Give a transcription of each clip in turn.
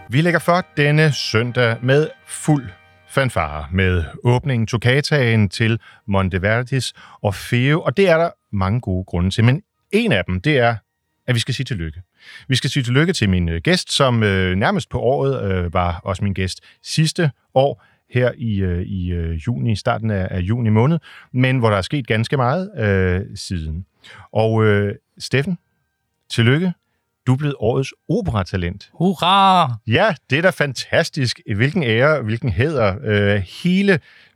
Vi lægger for denne søndag med fuld fanfare med åbningen Toccataen til Monteverdis Orfeo, og det er der mange gode grunde til, men en af dem, det er, at vi skal sige tillykke. Vi skal sige tillykke til min gæst, som nærmest på året var også min gæst sidste år, her i juni, starten af juni måned, men hvor der er sket ganske meget siden. Og Steffen, tillykke. Du er blevet årets operatalent. Hurra! Ja, det er da fantastisk. Hvilken ære, hvilken hæder. Hele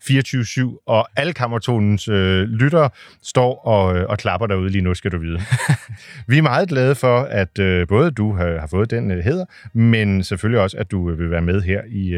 24/7 og alle Kammertonens lyttere står og klapper derude lige nu, skal du vide. Vi er meget glade for, at både du har fået den hæder, men selvfølgelig også, at du vil være med her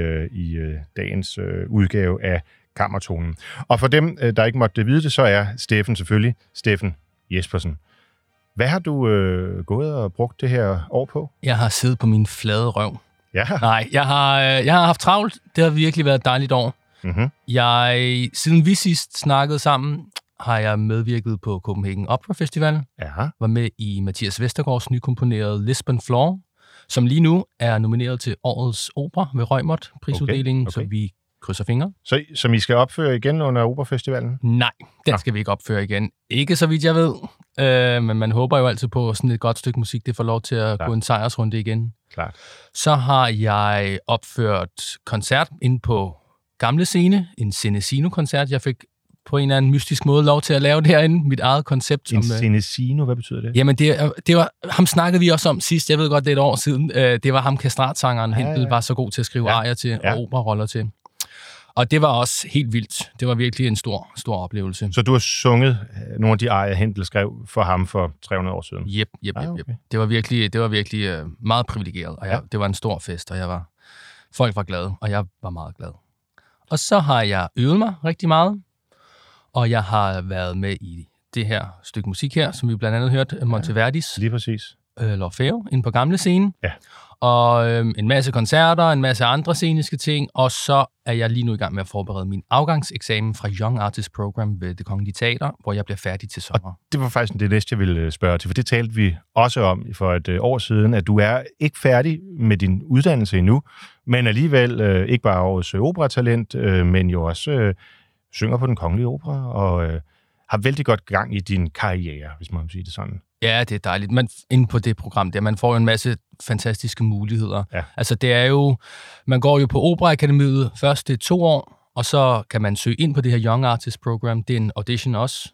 i dagens udgave af Kammertonen. Og for dem, der ikke måtte vide det, så er Steffen selvfølgelig Steffen Jespersen. Hvad har du gået og brugt det her år på? Jeg har siddet på min flade røv. Ja. Nej, jeg har haft travlt. Det har virkelig været et dejligt år. Mm-hmm. Siden vi sidst snakkede sammen, har jeg medvirket på Copenhagen Opera Festival. Ja. Var med i Mathias Vestergaards nykomponerede Lisbon Floor, som lige nu er nomineret til Årets Opera ved Reumert prisuddelingen, så vi krydser fingre. Så som I skal opføre igen under Operafestivalen? Nej, den skal vi ikke opføre igen. Ikke så vidt jeg ved, men man håber jo altid på sådan et godt stykke musik, det får lov til at gå en sejrsrunde igen. Klart. Så har jeg opført koncert inde på Gamle Scene, en Senesino-koncert. Jeg fik på en eller anden mystisk måde lov til at lave det herinde, mit eget koncept. En Senesino, hvad betyder det? Jamen, det var, ham snakkede vi også om sidst, jeg ved godt, det er et år siden. Det var ham kastratsangeren, Händel var så god til at skrive arier til og operaroller til. Og det var også helt vildt. Det var virkelig en stor oplevelse. Så du har sunget nogle af de arier, Händel skrev for ham for 300 år siden? Yep. Det var virkelig meget privilegeret, og det var en stor fest, og folk var glade, og jeg var meget glad. Og så har jeg øvet mig rigtig meget, og jeg har været med i det her stykke musik her, som vi blandt andet hørte, Monteverdis. Lige præcis. L'Orfeo, inde på Gamle Scene. Ja. Og en masse koncerter, en masse andre sceniske ting, og så er jeg lige nu i gang med at forberede min afgangseksamen fra Young Artist Program ved Det Kongelige Teater, hvor jeg bliver færdig til sommer. Og det var faktisk det næste, jeg ville spørge til, for det talte vi også om for et år siden, at du er ikke færdig med din uddannelse endnu, men alligevel ikke bare årets operatalent, men jo også synger på Den Kongelige Opera, og har vældig godt gang i din karriere, hvis man må sige det sådan. Ja, det er dejligt. Inde på det program der, man får jo en masse fantastiske muligheder. Ja. Altså det er jo, man går jo på Operaakademiet først, det er 2 år, og så kan man søge ind på det her Young Artist Program. Det er en audition også.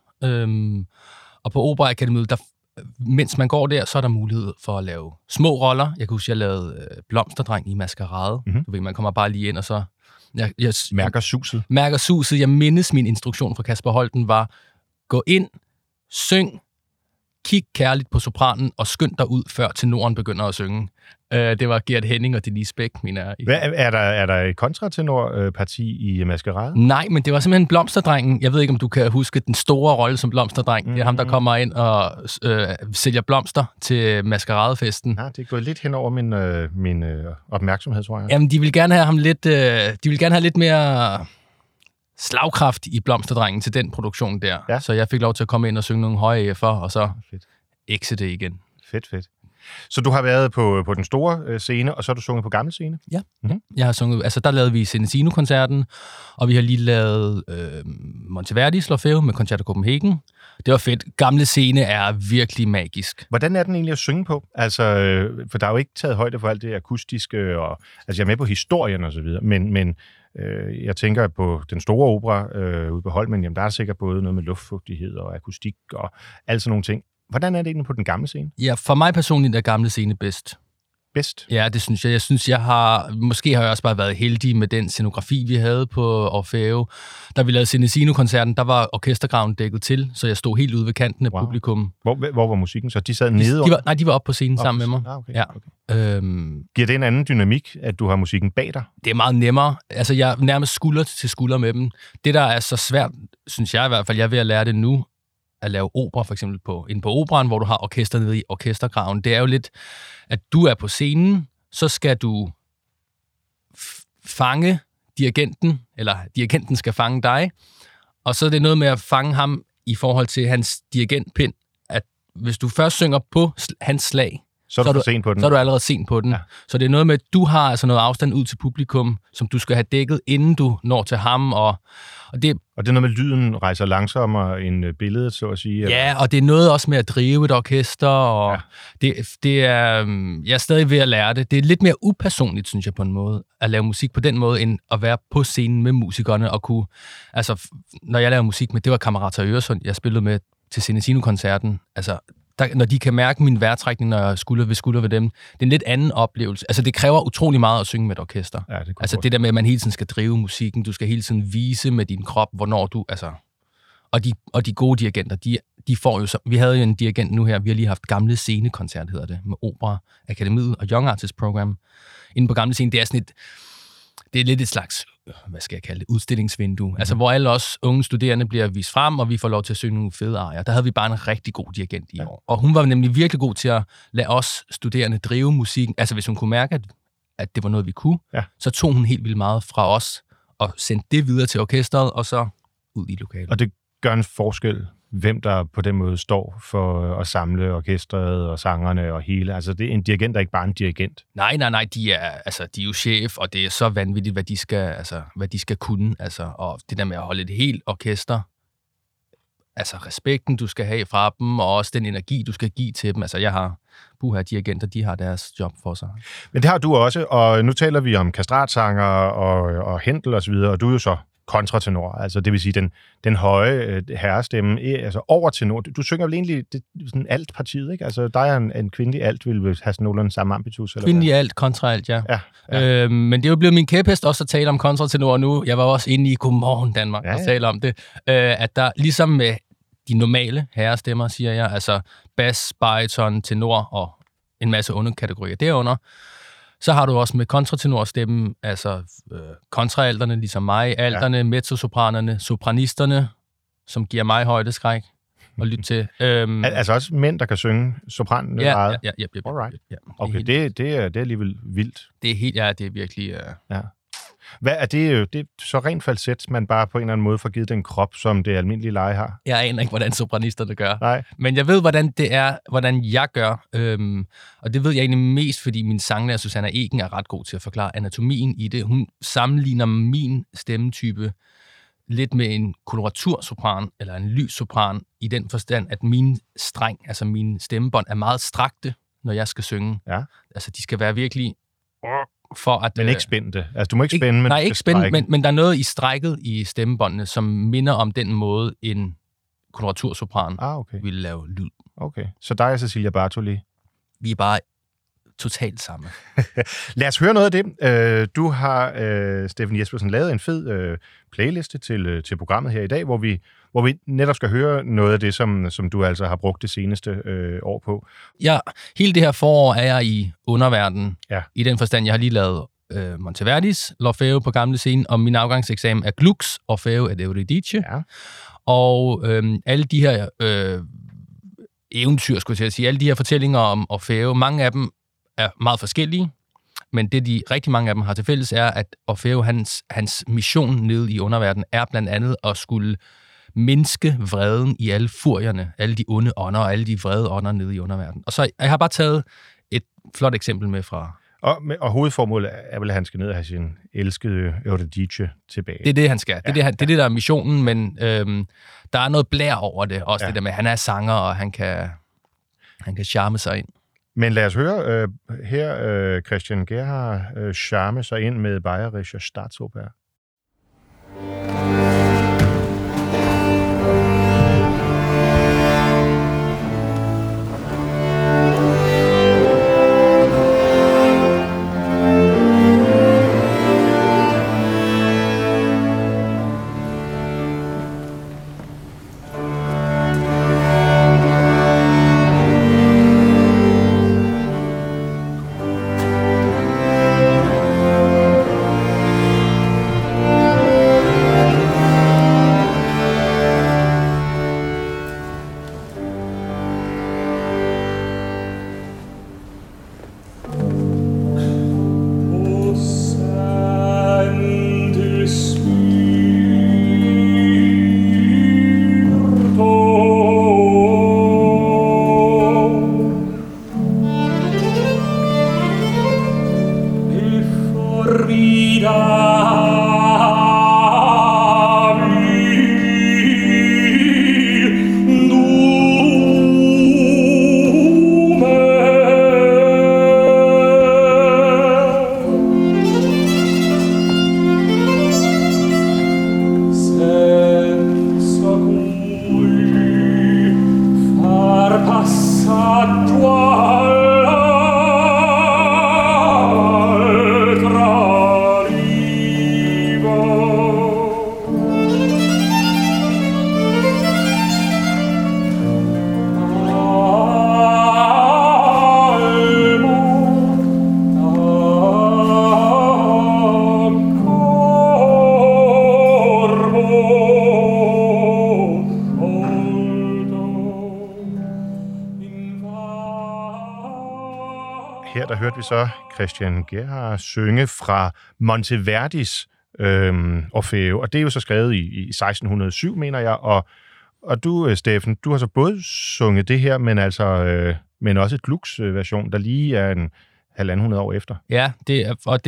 Og på Operaakademiet, der, mens man går der, så er der mulighed for at lave små roller. Jeg kan huske, jeg lavede Blomsterdreng i Maskerade. Mm-hmm. Du ved, man kommer bare lige ind, og så... Jeg mærker suset. Jeg mindes, min instruktion fra Kasper Holten var, gå ind, syng, kig kærligt på sopranen og skynd dig ud, før tenoren begynder at synge. Det var Gert Henning og Denise Bæk, mener jeg. Er der et kontratenorparti i Maskerade? Nej, men det var simpelthen Blomsterdrengen. Jeg ved ikke, om du kan huske den store rolle som Blomsterdreng. Det er ham, der kommer ind og sælger blomster til Maskeradefesten. Ja, det er gået lidt hen over min opmærksomhed, tror jeg. Jamen, de vil gerne have ham lidt mere slagkraft i Blomsterdrengen til den produktion der. Ja. Så jeg fik lov til at komme ind og synge nogle høje F'er, og så exite igen. Fedt. Så du har været på den store scene, og så har du sunget på Gamle Scene? Ja, jeg har sunget, altså der lavede vi Senesino-koncerten, og vi har lige lavet Monteverdis L'Orfeo med Concerto Copenhagen. Det var fedt. Gamle Scene er virkelig magisk. Hvordan er den egentlig at synge på? Altså, for der er jo ikke taget højde for alt det akustiske, og altså jeg er med på historien og så videre, men jeg tænker på den store opera ude på Holmen, jamen der er sikkert både noget med luftfugtighed og akustik og alt sådan nogle ting. Hvordan er det egentlig på den gamle scene? Ja, for mig personligt er Gamle Scene bedst. Bedst? Ja, det synes jeg. Jeg synes, måske har jeg også bare været heldig med den scenografi, vi havde på Orfeo. Da vi lavede Senesino-koncerten, der var orkestergraven dækket til, så jeg stod helt ude ved kanten af publikum. Hvor var musikken så? De sad nede? De var oppe på scenen sammen med mig. Okay. Giver det en anden dynamik, at du har musikken bag dig? Det er meget nemmere. Altså, jeg er nærmest skulder til skulder med dem. Det, der er så svært, synes jeg i hvert fald, jeg er ved at lære det nu, at lave opera, for eksempel inde på operan, hvor du har orkester nede i orkestergraven. Det er jo lidt, at du er på scenen, så skal du fange dirigenten, eller dirigenten skal fange dig, og så er det noget med at fange ham i forhold til hans dirigentpind, at hvis du først synger på hans slag, så er du for sent på den. Så er du allerede sent på den. Ja. Så det er noget med, at du har altså noget afstand ud til publikum, som du skal have dækket, inden du når til ham. Og det er noget med, at lyden rejser langsommere end billedet, så at sige. Ja, eller? Og det er noget også med at drive et orkester, og det er... Jeg er stadig ved at lære det. Det er lidt mere upersonligt, synes jeg, på en måde, at lave musik på den måde, end at være på scenen med musikerne, og kunne... Altså, når jeg laver musik med, det var Kammerater Øresund, jeg spillede med til Cinesino-koncerten. Altså, når de kan mærke min vejrtrækning, når jeg skulder ved dem, det er en lidt anden oplevelse. Altså, det kræver utrolig meget at synge med et orkester. Ja, altså, det der med, at man hele tiden skal drive musikken, du skal hele tiden vise med din krop, hvornår du... Altså, og de gode dirigenter, de får jo... Vi havde jo en dirigent nu her, vi har lige haft Gamle Scenekoncert, hedder det, med Opera Akademiet og Young Artist Program. Inde på Gamle Scene, det er sådan det er lidt et slags, hvad skal jeg kalde det, udstillingsvindue. Altså, hvor alle os unge studerende bliver vist frem, og vi får lov til at synge nogle fede arier. Der havde vi bare en rigtig god dirigent i år. Og hun var nemlig virkelig god til at lade os studerende drive musikken. Altså, hvis hun kunne mærke, at det var noget, vi kunne, så tog hun helt vildt meget fra os, og sendte det videre til orkestret, og så ud i lokalet. Og det gør en forskel, hvem der på den måde står for at samle orkestret og sangerne og hele. Altså, det er en dirigent, der ikke bare en dirigent. Nej, de er jo chef, og det er så vanvittigt, hvad de skal kunne. Altså, og det der med at holde et helt orkester, altså respekten, du skal have fra dem, og også den energi, du skal give til dem. Altså, jeg har dirigenter, de har deres job for sig. Men det har du også, og nu taler vi om kastratsanger og Händel og så videre, og du er jo så kontratenor, altså det vil sige den høje herrestemme, altså over tenor. Du synger vel egentlig sådan alt-partiet, ikke? Altså dig og en kvindelig alt vil have sådan nogenlunde samme ambitus? Kvindelig alt, kontra alt, ja. Men det er jo blevet min kæphest også at tale om kontratenor nu. Jeg var også inde i Godmorgen Danmark og tale om det. At der ligesom med de normale herrestemmer, siger jeg, altså bas, bariton, tenor og en masse underkategorier derunder, så har du også med kontratenorstemmen, altså kontraalterne, ligesom mig, alterne, mezzosopranerne, sopranisterne, som giver mig højdeskræk at lytte til. Altså også mænd, der kan synge sopran? Ja. Alright. Okay, det er alligevel vildt. Det er helt, det er virkelig... Ja. Hvad er det? Det er så rent falset, man bare på en eller anden måde får givet den krop, som det almindelige leje har? Jeg aner ikke, hvordan sopranisterne gør. Nej. Men jeg ved, hvordan jeg gør. Og det ved jeg egentlig mest, fordi min sanglærer Susanna Egen er ret god til at forklare anatomien i det. Hun sammenligner min stemmetype lidt med en koloratursopran, eller en lyssopran, i den forstand, at min streng, altså mine stemmebånd, er meget strakte, når jeg skal synge. Ja. Altså, de skal være virkelig... For at, men ikke spændte. Altså, du må ikke spænde, men nej, ikke spænde, men der er noget i strækket i stemmebåndene, som minder om den måde, en koloratursopran ville lave lyd. Okay, så dig og Cecilia Bartoli? Vi er bare totalt samme. Lad os høre noget af det. Du har, Steffen Jespersen, lavet en fed playliste til programmet her i dag, hvor vi netop skal høre noget af det, som du altså har brugt det seneste år på. Ja, hele det her forår er jeg i underverdenen. Ja. I den forstand, jeg har lige lavet Monteverdis, L'Orfeo på Gamle Scene, og min afgangseksamen er Glucks, Orfeo ed Euridice. Ja. Og alle de her eventyr, skulle jeg sige, alle de her fortællinger om Orfeo, mange af dem er meget forskellige, men det rigtig mange af dem har til fælles er, at Orfeo, hans mission nede i underverdenen, er blandt andet at skulle mindske vreden i alle furierne, alle de onde ånder og alle de vrede ånder nede i underverdenen. Og så jeg har bare taget et flot eksempel med fra... Og hovedformålet er vel, at han skal ned og have sin elskede Euridice tilbage. Det er det, han skal. Ja. Det er det, der er missionen, men der er noget blær over det. Også det der med, at han er sanger, og han kan charme sig ind. Men lad os høre her Christian Gerhard charme sig ind med Bayerischer Staatsoper. Her der hørte vi så Christian Gerhard synge fra Monteverdis Orfeo, og det er jo så skrevet i 1607, mener jeg, og du, Steffen, du har så både sunget det her, men også et Glucks-version, der lige er en 150 år efter. Ja, det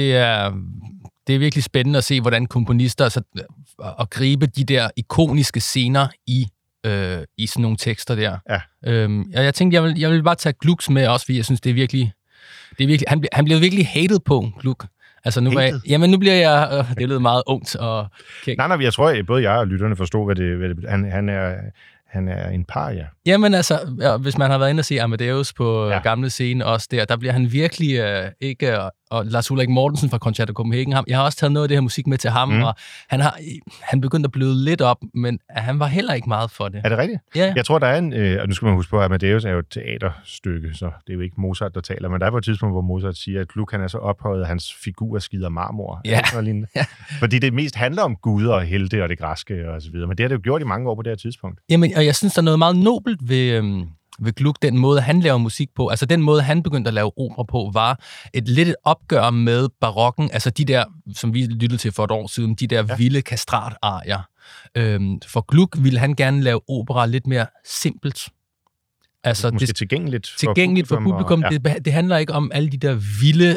er virkelig spændende at se, hvordan komponister at gribe de der ikoniske scener i sådan nogle tekster der. Ja. Og jeg tænkte, jeg vil bare tage Glucks med også, fordi jeg synes, det er virkelig han blev virkelig hated på, Gluck. Altså nu bliver jeg... det lød meget ungt og kæk. Nej, jeg tror, at både jeg og lytterne forstår, hvad det han er en paria. Jamen altså, hvis man har været inde og se Amadeus på gamle scene også der bliver han virkelig ikke... Og Lars Ulrik Mortensen fra Concerto Copenhagen, jeg har også taget noget af det her musik med til ham, og han begyndte at bløde lidt op, men han var heller ikke meget for det. Er det rigtigt? Ja. Jeg tror, der er og nu skal man huske på, at Amadeus er jo et teaterstykke, så det er jo ikke Mozart, der taler, men der er på et tidspunkt, hvor Mozart siger, at Gluck, han er så ophøjet, at hans figur skider marmor. Ja. Fordi det mest handler om guder og helte og det græske og så videre, men det har det jo gjort i mange år på det her tidspunkt. Jamen, og jeg synes, der er noget meget nobelt ved Gluck, den måde, han laver musik på, altså den måde, han begyndte at lave opera på, var et opgør med barokken, altså de der, som vi lyttede til for et år siden, de der vilde kastratarier. For Gluck ville han gerne lave opera lidt mere simpelt. Altså, måske tilgængeligt for publikum. Det handler ikke om alle de der vilde,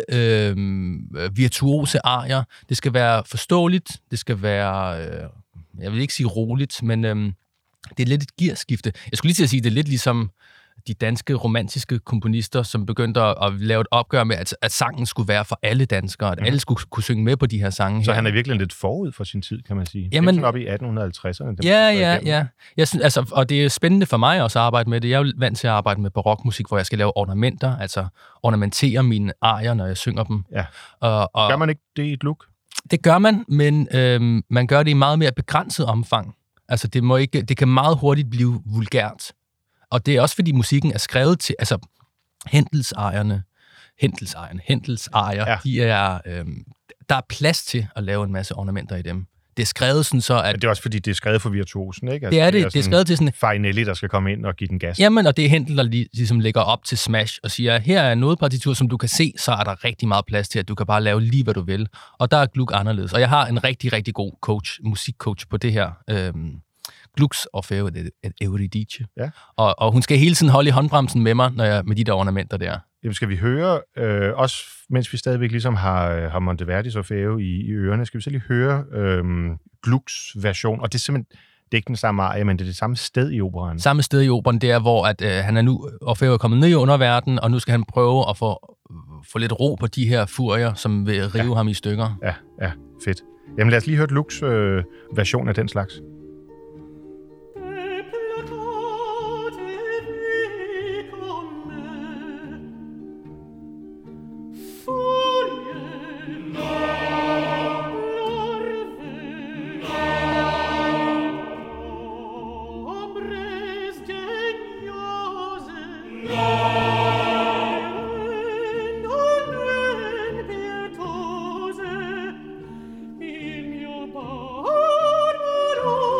virtuose arier. Det skal være forståeligt, det skal være, jeg vil ikke sige roligt, men det er lidt et gearskifte. Jeg skulle lige til at sige, det er lidt ligesom de danske romantiske komponister, som begyndte at lave et opgør med, at sangen skulle være for alle danskere, at alle skulle kunne synge med på de her sange. Så han er virkelig lidt forud for sin tid, kan man sige. Jamen, op i 1850'erne. Ja. Jeg synes, altså, og det er spændende for mig også at arbejde med det. Jeg er jo vant til at arbejde med barokmusik, hvor jeg skal lave ornamenter, altså ornamentere mine arier, når jeg synger dem. Ja. Og gør man ikke det i et Gluck? Det gør man, men man gør det i meget mere begrænset omfang. Altså, det kan meget hurtigt blive vulgært. Og det er også, fordi musikken er skrevet til, altså, Händels arier, de er, der er plads til at lave en masse ornamenter i dem. Det er skrevet sådan så, at... Men det er også, fordi det er skrevet for virtuosen, ikke? Altså, det er skrevet til sådan... Farinelli, der skal komme ind og give den gas. Jamen, og det er Händel, der ligesom lægger op til smash og siger, her er noget partitur, som du kan se, så er der rigtig meget plads til, at du kan bare lave lige, hvad du vil. Og der er Gluck anderledes. Og jeg har en rigtig, rigtig god musikcoach på det her... Glucks Orfeo et Euridice. Ja. Og hun skal hele tiden holde i håndbremsen med mig, med de der ornamenter der. Jamen skal vi høre, også mens vi stadigvæk ligesom har Monteverdis Orfeo i ørerne, skal vi så lige høre Glucks version, og det er simpelthen, det er ikke den samme arie, men det er det samme sted i operaen. Samme sted i operaen, det er, hvor at, han er nu, Orfeo er kommet ned i underverdenen, og nu skal han prøve at få lidt ro på de her furier, som vil rive ham i stykker. Ja, fedt. Jamen lad os lige høre Glucks version af den slags. Oh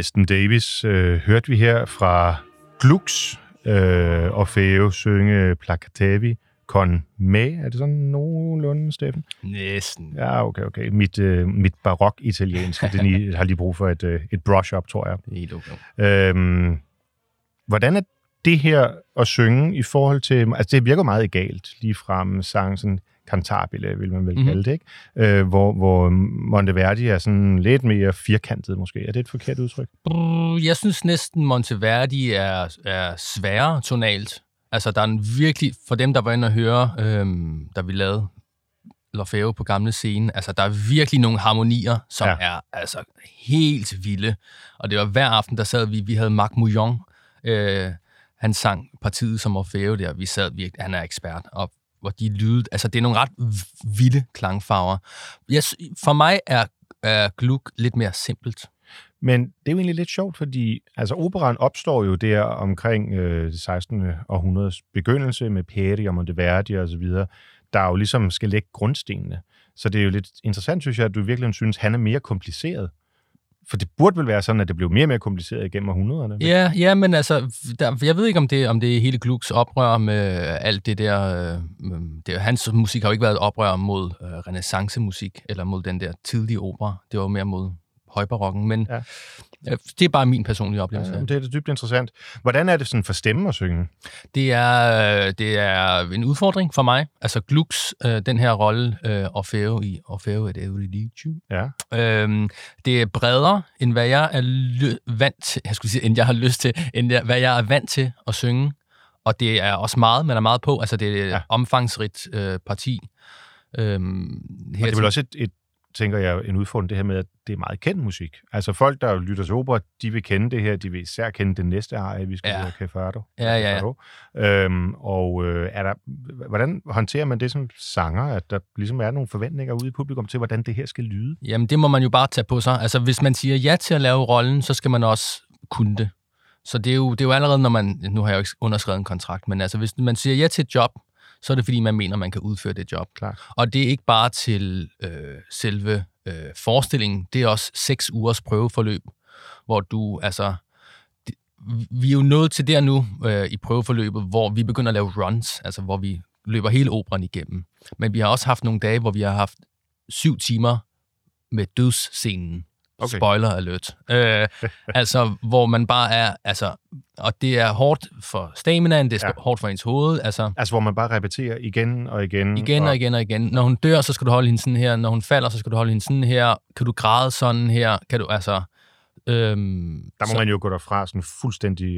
Weston Davis hørte vi her fra Glucks Orfeo synge Placatavi con me. Er det sådan nogenlunde, Steffen? Næsten. Ja, okay. Mit barok-italiensk, det har lige brug for et brush-up, tror jeg. Helt okay. Hvordan er det her at synge i forhold til... Altså, det virker meget egalt, ligefrem sang sådan cantabile, vil man vel kalde det, ikke? Hvor Monteverdi er sådan lidt mere firkantet, måske. Er det et forkert udtryk? Jeg synes næsten, Monteverdi er sværere tonalt. Altså, der er en virkelig... For dem, der var inde og høre, da vi lavede L'Orfeo på gamle scene, altså, der er virkelig nogle harmonier, som er altså helt vilde. Og det var hver aften, der sad vi havde Marc Mouillon, han sang partiet som Orfeo der. Vi sad virkelig... Han er ekspert, og hvor de lyder... Altså, det er nogle ret vilde klangfarver. For mig er Gluck lidt mere simpelt. Men det er jo egentlig lidt sjovt, fordi altså, operaen opstår jo der omkring det 16. århundredes begyndelse med Peri og Monteverdi og så videre, der jo ligesom skal lægge grundstenene. Så det er jo lidt interessant, synes jeg, at du virkelig synes, han er mere kompliceret. For det burde vel være sådan, at det blev mere og mere kompliceret igennem århundrederne. Ja, men altså, jeg ved ikke, om det er hele Glucks oprør med alt det der... hans musik har jo ikke været et oprør mod renæssancemusik, eller mod den der tidlige opera. Det var mere mod højbarokken, men det er bare min personlige oplevelse. Ja, det er dybt interessant. Hvordan er det sådan for stemmen at synge? Det er en udfordring for mig. Altså Glucks, den her rolle, Orfeo i Orfeo et Euridice. Ja. Det er bredere, end hvad jeg er vant til, end jeg har lyst til, hvad jeg er vant til at synge. Og det er også meget, man er meget på. Altså det er et omfangsrigt parti. Og det er vel også tænker jeg, en udfordring, det her med, at det er meget kendt musik. Altså folk, der lytter til opera, de vil kende det her, de vil især kende det næste arie, vi skal høre Caffardo. Ja. Hvordan håndterer man det som sanger, at der ligesom er nogle forventninger ude i publikum til, hvordan det her skal lyde? Jamen, det må man jo bare tage på sig. Altså, hvis man siger ja til at lave rollen, så skal man også kunne det. Så det er jo allerede, når man... Nu har jeg jo ikke underskrevet en kontrakt, men altså, hvis man siger ja til et job, så er det, fordi man mener, man kan udføre det job. Klar. Og det er ikke bare til selve forestillingen, det er også 6 ugers prøveforløb, hvor du, altså... Vi er jo nået til der nu i prøveforløbet, hvor vi begynder at lave runs, altså hvor vi løber hele operan igennem. Men vi har også haft nogle dage, hvor vi har haft 7 timer med dødsscenen. Okay. Spoiler alert. Altså, hvor man bare er... Altså, og det er hårdt for staminaen, det er hårdt for ens hoved. Altså, hvor man bare repeterer igen og igen. Og igen. Når hun dør, så skal du holde hende sådan her. Når hun falder, så skal du holde hende sådan her. Kan du græde sådan her? Kan du, altså... der må man jo gå derfra sådan fuldstændig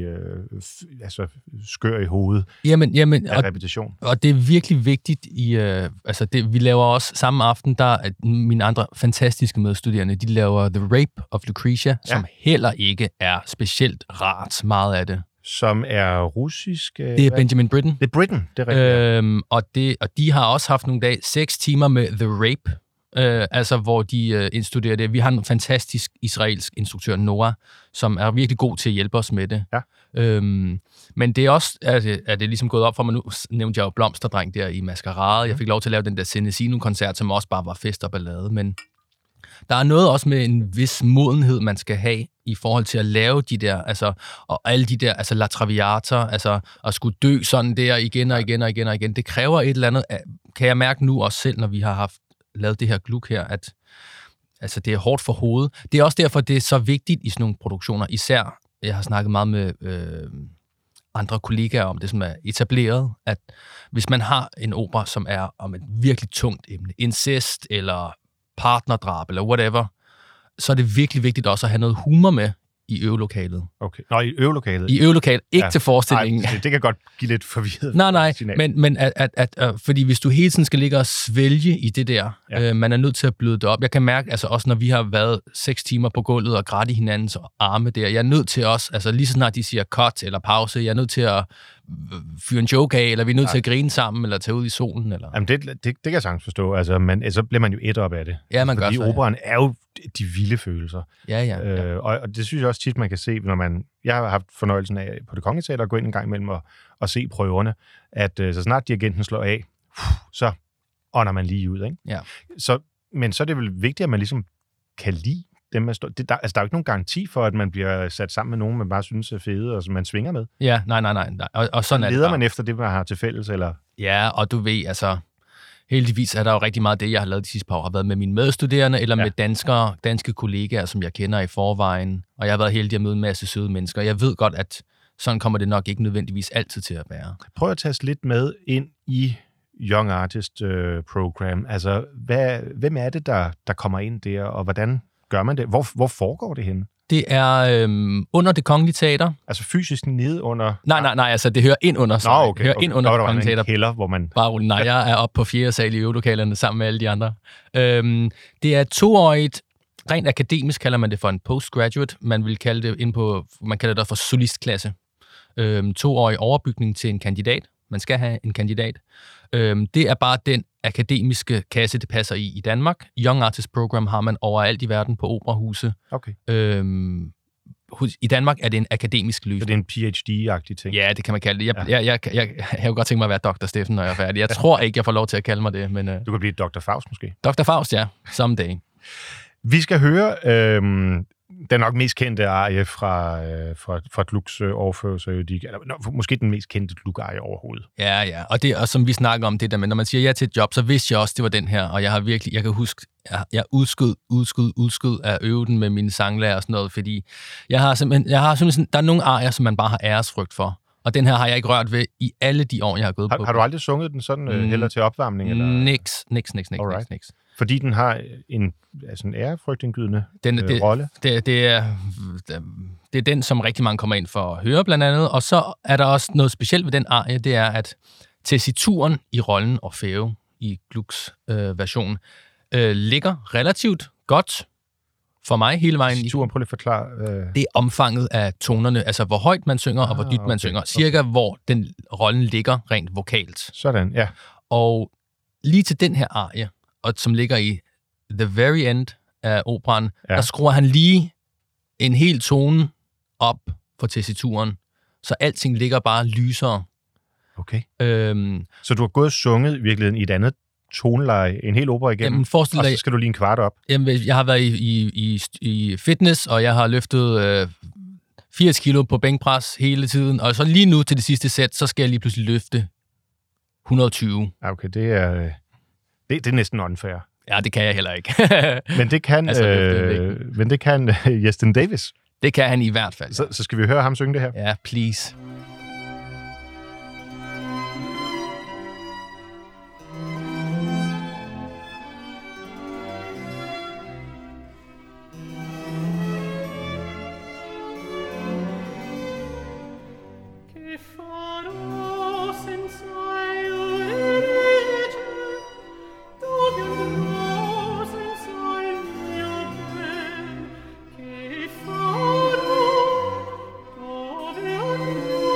skør i hovedet af repetition. Og det er virkelig vigtigt i... vi laver også samme aften, der mine andre fantastiske medstuderende, de laver The Rape of Lucretia, som heller ikke er specielt rart, meget af det. Som er russisk... Det er Benjamin Britten. Det er Britten, det er rigtigt. Og de har også haft nogle dage 6 timer med The Rape, hvor de indstuderer det. Vi har en fantastisk israelsk instruktør, Noah, som er virkelig god til at hjælpe os med det. Ja. Men det er også, er det ligesom gået op for mig nu, nævnte jeg jo Blomsterdreng der i Maskerade. Jeg fik lov til at lave den der Senesino-koncert, som også bare var fest og ballade, men der er noget også med en vis modenhed, man skal have i forhold til at lave de der, og alle de der, La Traviata, at skulle dø sådan der igen og igen. Det kræver et eller andet, kan jeg mærke nu også selv, når vi har lavet det her Gluck her, at det er hårdt for hovedet. Det er også derfor, det er så vigtigt i sådan nogle produktioner. Især, jeg har snakket meget med andre kollegaer om det, som er etableret, at hvis man har en opera, som er om et virkelig tungt emne, incest eller partnerdrab eller whatever, så er det virkelig vigtigt også at have noget humor med i øvelokalet. Okay. Nå, i øvelokalet? I øvelokalet, ikke til forestillingen. Nej, det kan godt give lidt forvirret. Nej, men fordi hvis du hele tiden skal ligge og svælge i det der, man er nødt til at bløde det op. Jeg kan mærke, også når vi har været 6 timer på gulvet og grædt i hinandens arme der, jeg er nødt til også, lige så snart de siger cut eller pause, jeg er nødt til at fyre en joke af, eller vi er nødt til at grine sammen, eller tage ud i solen. Eller... Jamen, det kan jeg sagtens forstå. Så bliver man jo et op af det. Ja, man gør så. Fordi operaen er jo de vilde følelser. Ja. Og det synes jeg også tit, man kan se, når jeg har haft fornøjelsen af på Det Kongelige Teater at gå ind en gang imellem og se prøverne, at så snart dirigenten slår af, så ånder man lige ud, ikke? Ja. Men så er det vel vigtigt, at man ligesom kan lide dem, der står... Der er jo ikke nogen garanti for, at man bliver sat sammen med nogen, man bare synes er fede, og som man svinger med. Ja, nej. Og sådan er det. Leder man efter det, man har til fælles, eller? Ja, og du ved, altså... Heldigvis er der jo rigtig meget af det, jeg har lavet de sidste par år, har været med mine medstuderende, eller med danske kollegaer, som jeg kender i forvejen. Og jeg har været heldig at møde en masse søde mennesker. Jeg ved godt, at sådan kommer det nok ikke nødvendigvis altid til at være. Prøv at tage os lidt med ind i Young Artist Program. Altså, hvem er det, der kommer ind der, og hvordan gør man det? Hvor foregår det henne? Det er under Det Kongelige Teater. Altså fysisk nede under... Nej, altså det hører ind under sig. Okay. Det hører ind under Det Kongelige Teater. Kælder, hvor man... Bare roligt. Nej, jeg er oppe på 4. sal i øvelokalerne sammen med alle de andre. Det er 2-årigt, rent akademisk kalder man det for en postgraduate. Man vil kalde det man kalder det for solistklasse. 2-årig overbygning til en kandidat. Man skal have en kandidat. Det er bare den akademiske kasse, det passer i Danmark. Young Artist Program har man overalt i verden på operahuse. Okay. I Danmark er det en akademisk løsning. Så det er en PhD-agtig ting? Ja, det kan man kalde det. Jeg kunne godt tænke mig at være Dr. Steffen, når jeg er færdig. Jeg tror ikke, jeg får lov til at kalde mig det. Men, du kan blive Dr. Faust måske? Dr. Faust, ja. Someday. Vi skal høre den nok mest kendte arie fra Glucks overførelse, eller måske den mest kendte Gluck-arie overhovedet. Ja, og som vi snakker om det der med, når man siger ja til et job, så vidste jeg også, det var den her, og jeg kan huske, jeg udskød at øve den med mine sanglærer og sådan noget, fordi jeg har simpelthen, der er nogle arier, som man bare har æresfrygt for, og den her har jeg ikke rørt ved i alle de år, jeg har gået på. Har du aldrig sunget den sådan, heller til opvarmning? Eller? Niks. Fordi den har en ærefrygtindgydende rolle? Det er den, som rigtig mange kommer ind for at høre, blandt andet. Og så er der også noget specielt ved den arie, det er, at tessituren i rollen Orfeo i Glucks version ligger relativt godt for mig hele vejen. Tessituren, prøv lige at forklare. Det er omfanget af tonerne, altså hvor højt man synger, og hvor dybt man synger. Cirka hvor den rollen ligger rent vokalt. Sådan, ja. Og lige til den her arie, og som ligger i the very end af operan, der skruer han lige en hel tone op for tessituren, så alting ligger bare lysere. Okay. Så du har gået og sunget i virkeligheden i et andet toneleje en hel opera igennem, og så skal du lige en kvart op? Jamen, jeg har været i fitness, og jeg har løftet 80 kilo på bænkpres hele tiden, og så lige nu til det sidste sæt, så skal jeg lige pludselig løfte 120. Okay, det er næsten unfair. Ja, det kan jeg heller ikke. Men det kan Jestin Davis. Det kan han i hvert fald. Så skal vi høre ham synge det her? Ja, please. Che farò dove andrò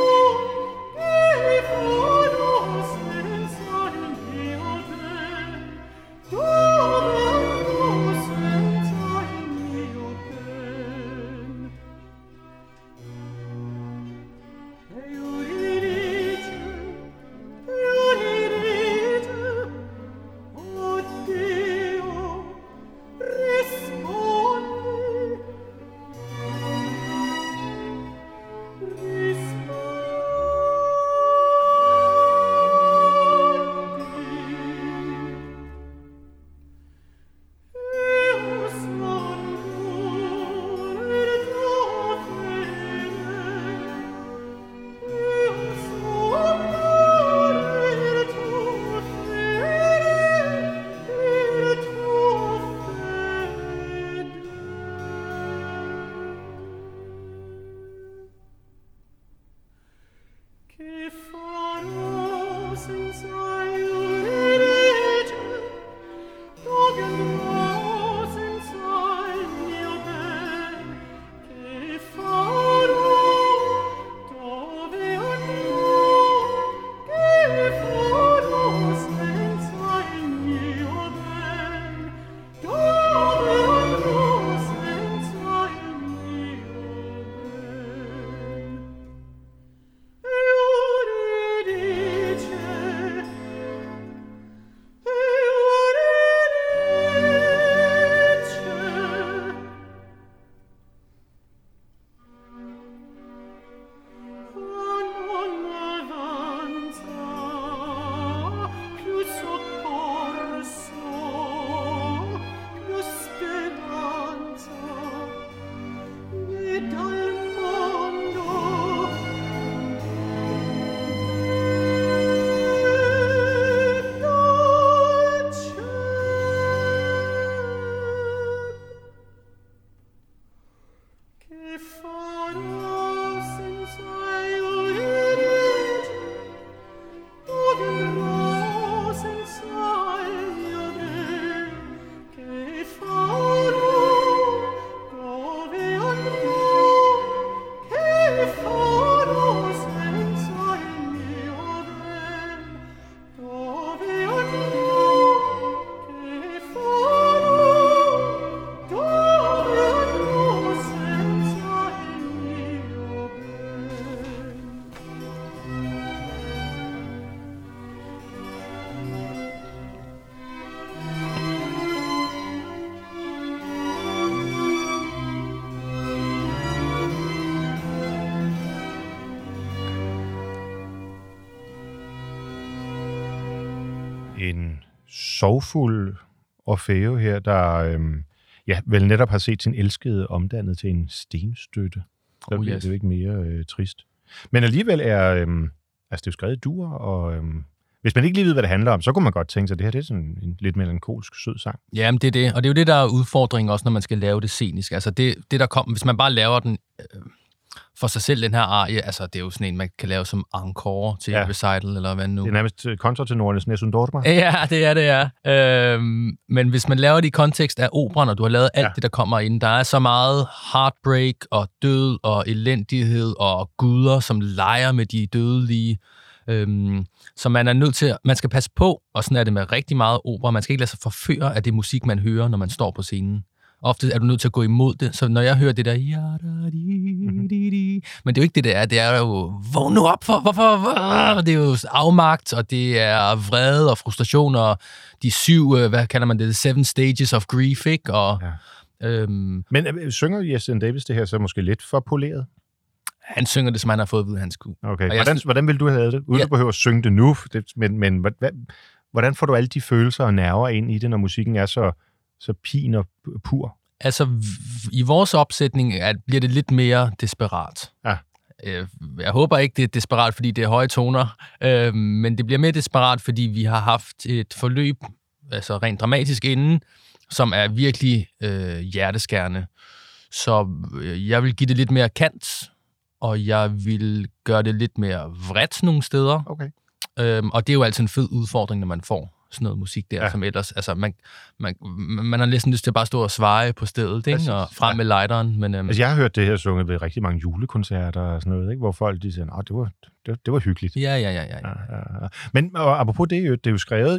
en sorgfuld Orfeo her, der vel netop har set sin elskede omdannet til en stenstøtte. Så bliver det jo ikke mere trist. Men alligevel er det er jo skrevet i dur, og hvis man ikke lige ved, hvad det handler om, så kunne man godt tænke sig, at det her det er sådan en lidt melankolsk sød sang. Jamen, det er det. Og det er jo det, der er udfordringen også, når man skal lave det scenisk. Altså det der kommer, hvis man bare laver den for sig selv, den her arie, altså det er jo sådan en, man kan lave som encore til en recital, eller hvad nu. Det er nærmest kontratenorernes Nessun Dorma. Ja, det er. Men hvis man laver det i kontekst af operan, og du har lavet alt det, der kommer ind, der er så meget heartbreak og død og elendighed og guder, som leger med de dødelige. Så man er nødt til, man skal passe på, og sådan er det med rigtig meget opera, man skal ikke lade sig forføre af det musik, man hører, når man står på scenen. Ofte er du nødt til at gå imod det, så når jeg hører det der, men det er jo ikke det er jo, vågn nu op, hvorfor? Det er jo afmagt, og det er vrede og frustration, og de 7, hvad kalder man det, the 7 stages of grief, ikke? Og, men synger Jesper Davis det her så måske lidt for poleret? Han synger det, som han har fået at vide, han skulle. Okay, hvordan vil du have det? Uden du behøver at synge det nu, men hvordan får du alle de følelser og nerver ind i det, når musikken er så pin og pur? Altså, i vores opsætning bliver det lidt mere desperat. Ja. Jeg håber ikke, det er desperat, fordi det er høje toner, men det bliver mere desperat, fordi vi har haft et forløb, altså rent dramatisk inden, som er virkelig hjerteskærende. Så jeg vil give det lidt mere kant, og jeg vil gøre det lidt mere vredt nogle steder. Okay. Og det er jo altid en fed udfordring, når man får sådan noget musik der, som ellers, altså man har næsten lyst til at bare stå og sveje på stedet, ikke? Og frem med lighteren. Men, altså jeg har hørt det her sunget ved rigtig mange julekoncerter og sådan noget, ikke? Hvor folk de siger, det var hyggeligt. Ja. Men apropos det er jo skrevet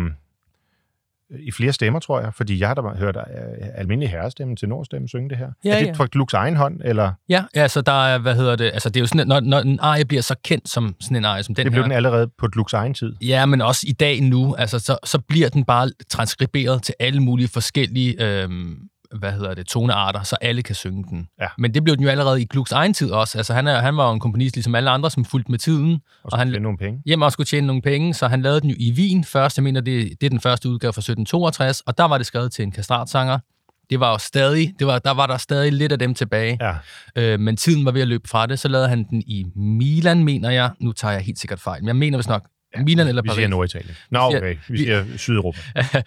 i flere stemmer, tror jeg, fordi jeg har da hørt almindelig herrestemme til nordstemme synge det her. Er det fra Glucks egen hånd, eller? Ja, så der er, altså det er jo sådan, når en arie bliver så kendt som sådan en arie som den her. Det blev den allerede på Glucks egen tid. Ja, men også i dag nu, altså så bliver den bare transkriberet til alle mulige forskellige, tonearter, så alle kan synge den. Ja. Men det blev den jo allerede i Glucks egen tid også. Altså han var jo en komponist ligesom alle andre, som fulgte med tiden. Og han tjene nogle penge. Jamen, og skulle tjene nogle penge, så han lavede den jo i Wien først. Jeg mener, det er den første udgave fra 1762, og der var det skrevet til en kastratsanger. Det var jo stadig, der var der stadig lidt af dem tilbage. Ja. Men tiden var ved at løbe fra det, så lavede han den i Milan, mener jeg. Nu tager jeg helt sikkert fejl, men jeg mener vist nok Milan eller Paris. Vi siger Norditalien. Nå, okay. Vi siger Sydeuropa.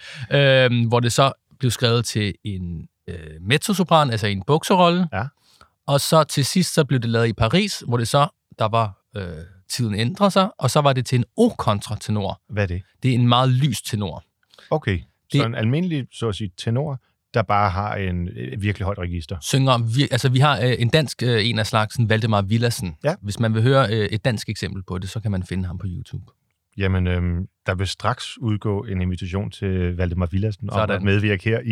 Hvor det så blev skrevet til en mezzosopran, altså en bukserolle. Ja. Og så til sidst så blev det lavet i Paris, hvor det så, der var tiden ændrer sig, og så var det til en O-kontratenor. Hvad er det? Det er en meget lys tenor. Okay, så en almindelig, så at sige, tenor, der bare har en virkelig højt register. Synger, altså vi har en dansk en af slagsen, Valdemar Villadsen. Ja. Hvis man vil høre et dansk eksempel på det, så kan man finde ham på YouTube. Jamen, der vil straks udgå en invitation til Valdemar Villadsen om at medvirke her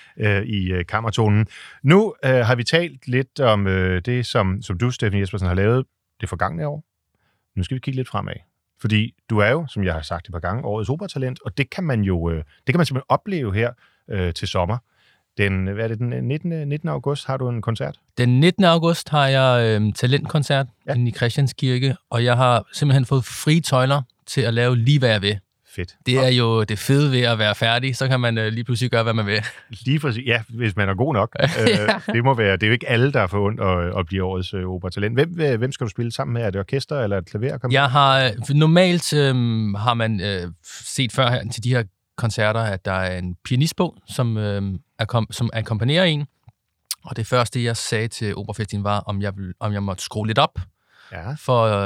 i Kammertonen. Nu har vi talt lidt om det, som du, Steffen Jespersen, har lavet det forgangne år. Nu skal vi kigge lidt fremad. Fordi du er jo, som jeg har sagt et par gange, årets operatalent, og det kan man simpelthen opleve her til sommer. Den 19. august har du en koncert? Den 19. august har jeg talentkoncert inde i Christianskirke, og jeg har simpelthen fået frie tøjler til at lave lige hvad jeg vil. Fedt. Det er jo det fede ved at være færdig, så kan man lige pludselig gøre, hvad man vil. Lige præcis. Ja, hvis man er god nok. Det er jo ikke alle, der får ondt at blive årets operatalent. Hvem skal du spille sammen med? Er det orkester eller et klaver? Jeg har normalt har man set før her til de her koncerter, at der er en pianist på, som akkompagnerer en. Og det første, jeg sagde til Operafestivalen, var, om jeg måtte skrue lidt op for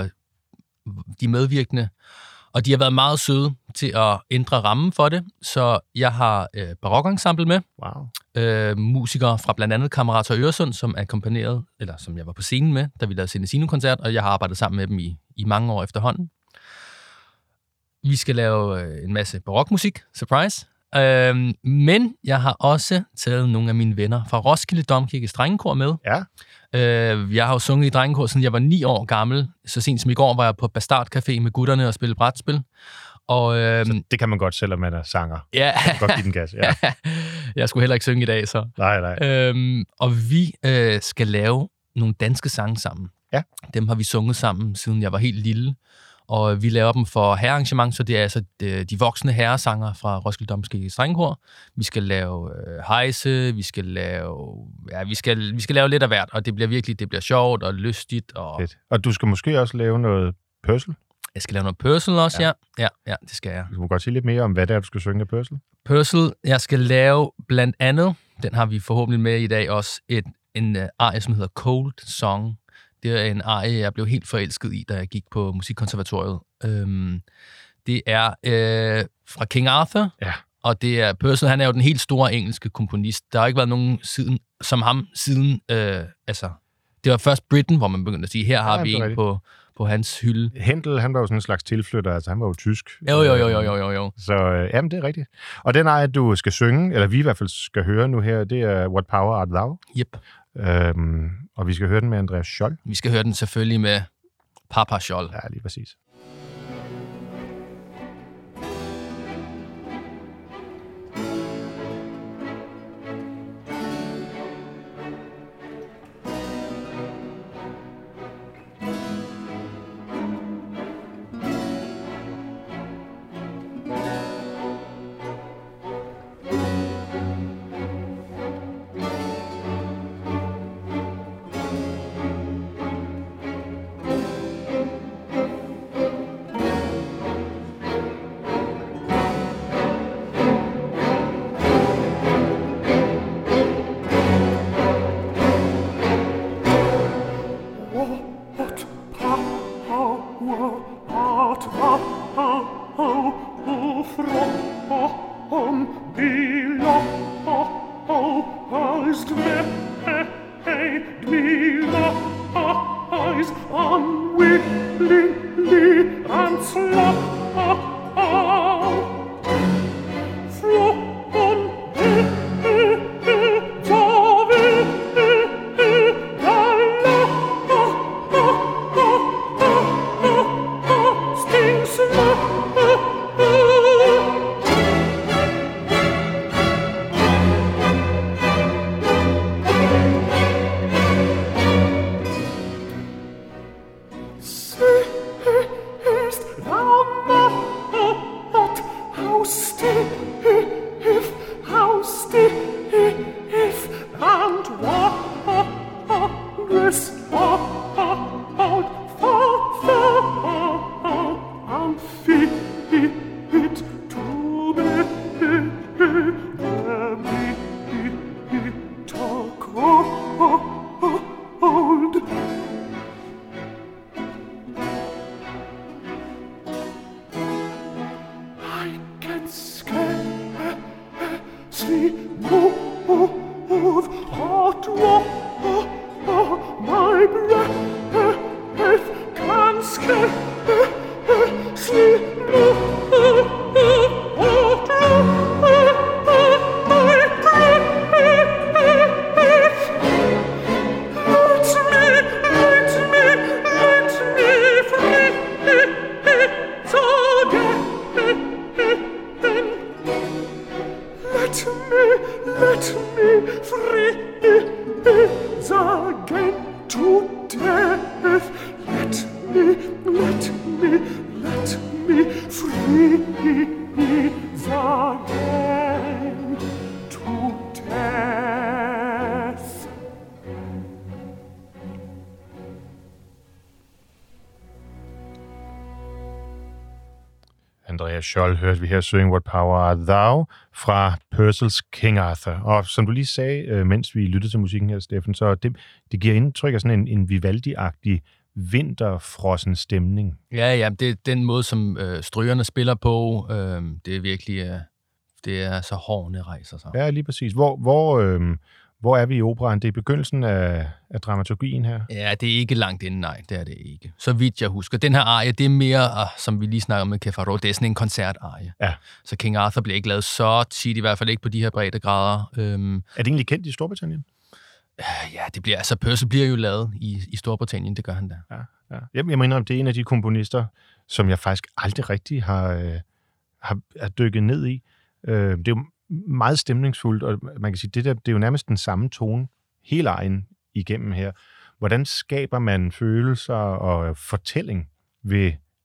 de medvirkende. Og de har været meget søde til at ændre rammen for det. Så jeg har barokensemble med. Wow. Musikere fra blandt andet Kammerater Øresund, som akkompagnerede, eller som jeg var på scenen med, da vi lavede Senesino-koncert, og jeg har arbejdet sammen med dem i mange år efterhånden. Vi skal lave en masse barokmusik, surprise. Men jeg har også taget nogle af mine venner fra Roskilde Domkirkes drengekor med. Ja. Jeg har jo sunget i drengekor, siden jeg var 9 år gammel. Så sent som i går var jeg på Bastard Café med gutterne og spille brætspil. Og, så det kan man godt, selvom man er sanger. Ja. Man kan godt give den gas. Ja. Jeg skulle heller ikke synge i dag, så. Nej. Og vi skal lave nogle danske sange sammen. Ja. Dem har vi sunget sammen, siden jeg var helt lille. og vi laver dem for herrearrangement, så det er altså de voksne herresanger fra Roskilde Domkirke Strengekor. Vi skal lave hejse, vi skal lave lidt af hvert, og det bliver sjovt og lystigt. Og du skal måske også lave noget pørsel? Jeg skal lave noget pørsel også, ja. Ja, det skal jeg. Du må godt sige lidt mere om, hvad det er, du skal synge af pørsel. Pørsel, jeg skal lave blandt andet, den har vi forhåbentlig med i dag også, en arie, som hedder Cold Song. Det er en arie, jeg blev helt forelsket i, da jeg gik på musikkonservatoriet. Det er fra King Arthur, og det er Purcell, han er jo den helt store engelske komponist. Der har ikke været nogen som ham siden, det var først Britain, hvor man begyndte at sige, her har vi en på hans hylde. Händel, han var jo sådan en slags tilflytter, altså han var jo tysk. Jo. Så jamen, det er rigtigt. Og den arie, du skal synge, eller vi i hvert fald skal høre nu her, det er What Power Art Thou? Yep. Og vi skal høre den med Andreas Scholl. Vi skal høre den selvfølgelig med Papa Scholl. Ja, lige præcis. Andreas Scholl hørte vi her synge What Power Art Thou fra Purcells King Arthur. Og som du lige sagde, mens vi lyttede til musikken her, Steffen, så det giver indtryk af sådan en Vivaldi-agtig vinterfrossen stemning. Ja, det er den måde, som strygerne spiller på. Det er virkelig, det er så hårene rejser sig. Ja, lige præcis. Hvor er vi i operaen? Det er begyndelsen af dramaturgien her? Ja, det er ikke langt inden, nej, det er det ikke. Så vidt jeg husker. Den her arie, det er mere, som vi lige snakker om med Kefaro, det er sådan en koncertarie. Ja. Så King Arthur bliver ikke lavet så tit, i hvert fald ikke på de her breddegrader. Er det egentlig kendt i Storbritannien? Ja, det bliver, altså Purcell bliver jo lavet i Storbritannien, det gør han da. Ja. Jeg må indrømme, det er en af de komponister, som jeg faktisk aldrig rigtig har dykket ned i. Det er jo meget stemningsfuldt, og man kan sige, det er jo nærmest den samme tone hele vejen igennem her. Hvordan skaber man følelser og fortælling ved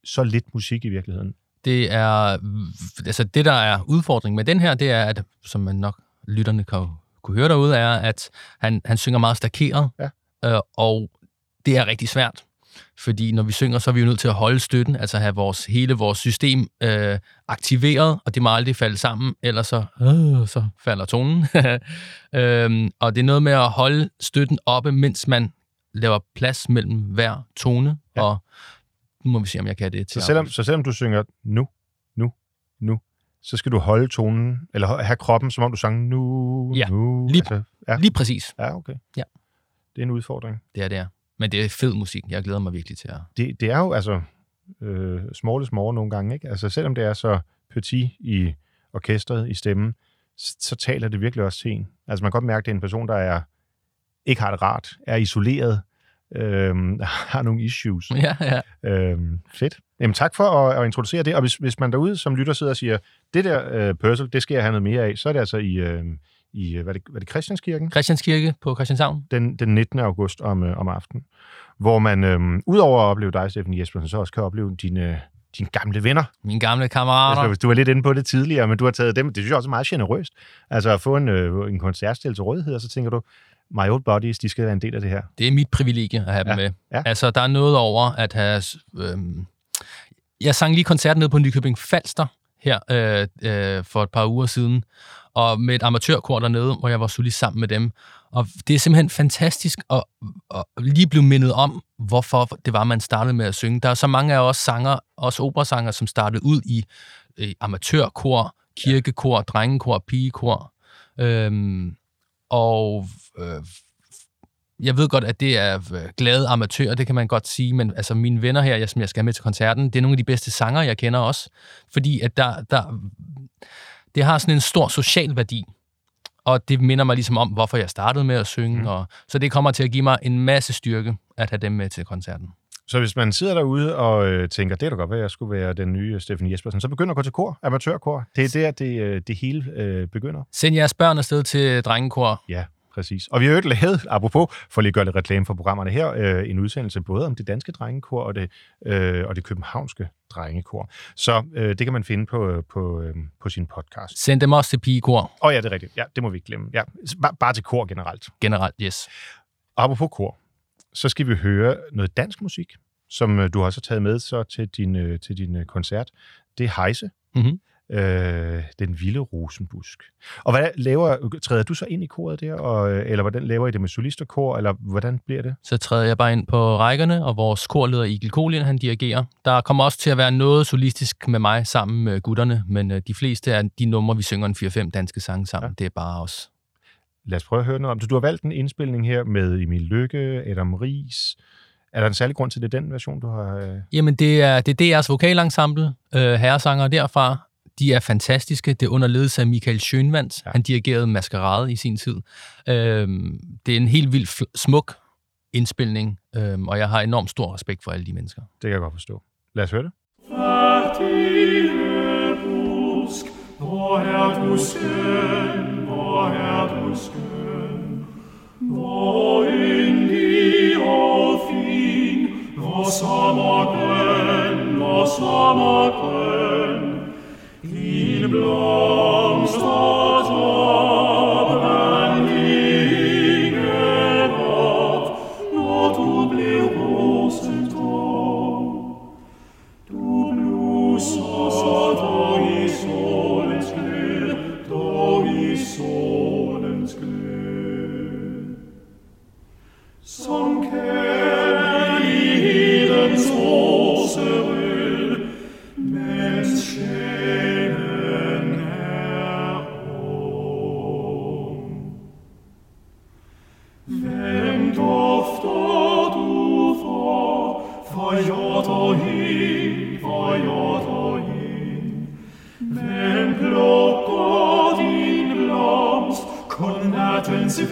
så lidt musik i virkeligheden? Det er, altså det, der er udfordringen med den her, det er, at, som man nok lytterne kunne høre derude, er, at han synger meget stakeret, og det er rigtig svært. Fordi når vi synger, så er vi jo nødt til at holde støtten, altså have hele vores system aktiveret, og det må aldrig falde sammen, ellers så falder tonen. Og det er noget med at holde støtten oppe, mens man laver plads mellem hver tone, og nu må vi se, om jeg kan det til. Så selvom du synger nu, så skal du holde tonen, eller have kroppen, som om du sang nu. Lige præcis. Ja, okay. Ja. Det er en udfordring. Det er. Men det er fed musik. Jeg glæder mig virkelig til at... Det er jo altså small nogle gange, ikke? Altså selvom det er så petit i orkestret, i stemmen, så taler det virkelig også til en. Altså man kan godt mærke, at det er en person, der ikke har det rart, er isoleret, har nogle issues. Ja. Fedt. Jamen tak for at introducere det, og hvis man derude som lytter sidder og siger, det der Purcell, det skal jeg have noget mere af, så er det altså i hvad er det Christianskirken? Christianskirke på Christianshavn. Den 19. august om aftenen, hvor man udover at opleve dig, Steffen Jespersen, så også kan opleve dine gamle venner. Mine gamle kammerater. Altså, du var lidt inde på det tidligere, men du har taget dem. Det synes jeg også er meget generøst. Altså at få en koncertstil til rådighed, og så tænker du, my old buddies, de skal være en del af det her. Det er mit privilegie at have dem med. Ja. Altså, der er noget over at have... Jeg sang lige koncerten nede på Nykøbing Falster her for et par uger siden, og med et amatørkor dernede, hvor jeg var solist sammen med dem. Og det er simpelthen fantastisk at lige blive mindet om, hvorfor det var, man startede med at synge. Der er så mange af os sanger, også operasanger, som startede ud i amatørkor, kirkekor, drengekor, pigekor. Jeg ved godt, at det er glade amatører, det kan man godt sige, men altså mine venner her, som jeg skal have med til koncerten, det er nogle af de bedste sanger, jeg kender også. Fordi at det har sådan en stor social værdi, og det minder mig ligesom om, hvorfor jeg startede med at synge, og så det kommer til at give mig en masse styrke at have dem med til koncerten. Så hvis man sidder derude og tænker, det er da godt, at jeg skulle være den nye Steffen Jespersen, så begynder at gå til kor, amatørkor. Det er der, det hele begynder. Send jeres børn afsted til drengekor. Ja, præcis. Og vi har jo lavet, apropos, for lige at gøre lidt reklame for programmerne her, en udsendelse både om det danske drengekor og det københavnske drengekor. Så det kan man finde på sin podcast. Send dem også til pigekor. Ja, det er rigtigt. Ja, det må vi ikke glemme. Ja, bare til kor generelt. Generelt, yes. Apropos kor, så skal vi høre noget dansk musik, som du også har taget med så til din koncert. Det er Heise. Mm-hmm. Den vilde rosenbusk. Og træder du så ind i koret der, eller hvordan laver I det med solisterkor, eller hvordan bliver det? Så træder jeg bare ind på rækkerne, og vores korleder Igel Kolin, han dirigerer. Der kommer også til at være noget solistisk med mig sammen med gutterne, men de fleste af de numre, vi synger en 4-5 danske sange sammen, det er bare os. Lad os prøve at høre noget om det. Du har valgt en indspilning her med Emil Lykke, Adam Riis. Er der en særlig grund til det, den version, du har? Jamen, det er DR's vokalensemble, herresanger derfra. De er fantastiske. Det er under ledelse af Michael Schønwandt. Ja. Han dirigerede Maskerade i sin tid. Det er en helt vildt smuk indspilning, og jeg har enormt stor respekt for alle de mennesker. Det kan jeg godt forstå. Lad os høre det. Hvor er du skøn, hvor er du skøn, hvor yndig og fin, hvor sommergrøn, din blomstertoppen hænger op, når du blev rosentår. Du bluser dog i solens glød, som kærlighedens roserød, mens sjælen er ung. Hvem dufter du for hjort og hin, hvem plukker din blomst, kun nattens